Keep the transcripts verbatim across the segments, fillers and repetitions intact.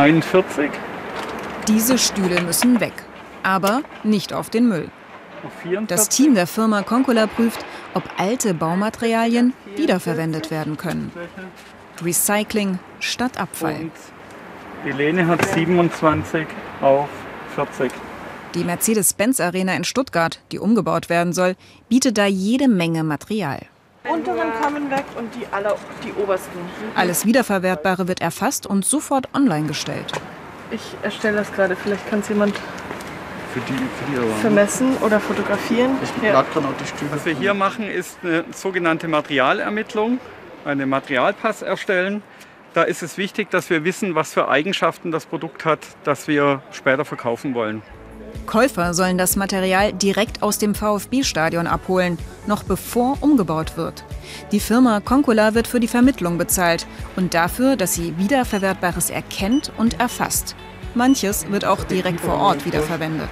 einundvierzig. Diese Stühle müssen weg, aber nicht auf den Müll. Das Team der Firma Concula prüft, ob alte Baumaterialien wiederverwendet werden können. Recycling statt Abfall. Und die Lene hat siebenundzwanzig auf vierzig. Die Mercedes-Benz-Arena in Stuttgart, die umgebaut werden soll, bietet da jede Menge Material. Unteren kommen weg und die, aller, die obersten. Alles Wiederverwertbare wird erfasst und sofort online gestellt. Ich erstelle das gerade, vielleicht kann es jemand Für die, für die aber, vermessen oder fotografieren. Ich ja. gerade auch die Stühle. Was wir hier machen, ist eine sogenannte Materialermittlung, einen Materialpass erstellen. Da ist es wichtig, dass wir wissen, was für Eigenschaften das Produkt hat, das wir später verkaufen wollen. Käufer sollen das Material direkt aus dem VfB-Stadion abholen, noch bevor umgebaut wird. Die Firma Concula wird für die Vermittlung bezahlt und dafür, dass sie Wiederverwertbares erkennt und erfasst. Manches wird auch direkt vor Ort wiederverwendet.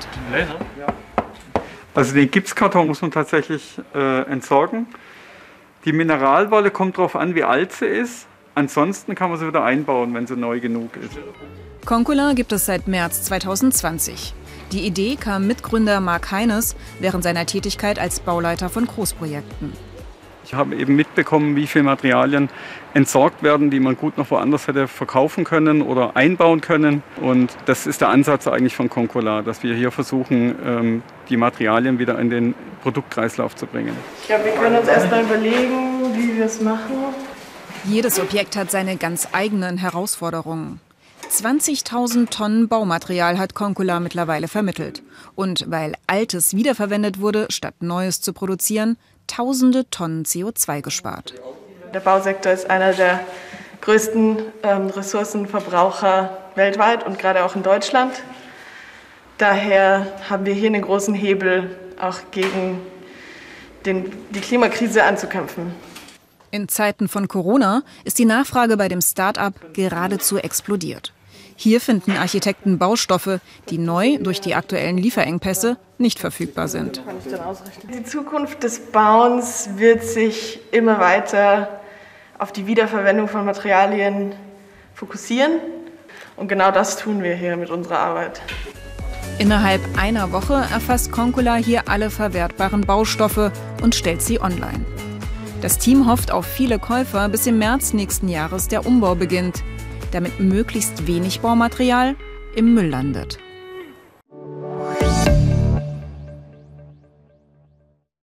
Also den Gipskarton muss man tatsächlich äh, entsorgen. Die Mineralwolle kommt darauf an, wie alt sie ist. Ansonsten kann man sie wieder einbauen, wenn sie neu genug ist. Concula gibt es seit März zweitausendzwanzig. Die Idee kam Mitgründer Mark Heines während seiner Tätigkeit als Bauleiter von Großprojekten. Ich habe eben mitbekommen, wie viele Materialien entsorgt werden, die man gut noch woanders hätte verkaufen können oder einbauen können. Und das ist der Ansatz eigentlich von Concula, dass wir hier versuchen, die Materialien wieder in den Produktkreislauf zu bringen. Ich glaube, wir können uns erst mal überlegen, wie wir es machen. Jedes Objekt hat seine ganz eigenen Herausforderungen. zwanzigtausend Tonnen Baumaterial hat Concula mittlerweile vermittelt. Und weil Altes wiederverwendet wurde, statt Neues zu produzieren, tausende Tonnen C O zwei gespart. Der Bausektor ist einer der größten ähm, Ressourcenverbraucher weltweit und gerade auch in Deutschland. Daher haben wir hier einen großen Hebel, auch gegen den, die Klimakrise anzukämpfen. In Zeiten von Corona ist die Nachfrage bei dem Start-up geradezu explodiert. Hier finden Architekten Baustoffe, die neu durch die aktuellen Lieferengpässe nicht verfügbar sind. Die Zukunft des Bauens wird sich immer weiter auf die Wiederverwendung von Materialien fokussieren. Und genau das tun wir hier mit unserer Arbeit. Innerhalb einer Woche erfasst Concula hier alle verwertbaren Baustoffe und stellt sie online. Das Team hofft auf viele Käufer, bis im März nächsten Jahres der Umbau beginnt, damit möglichst wenig Baumaterial im Müll landet.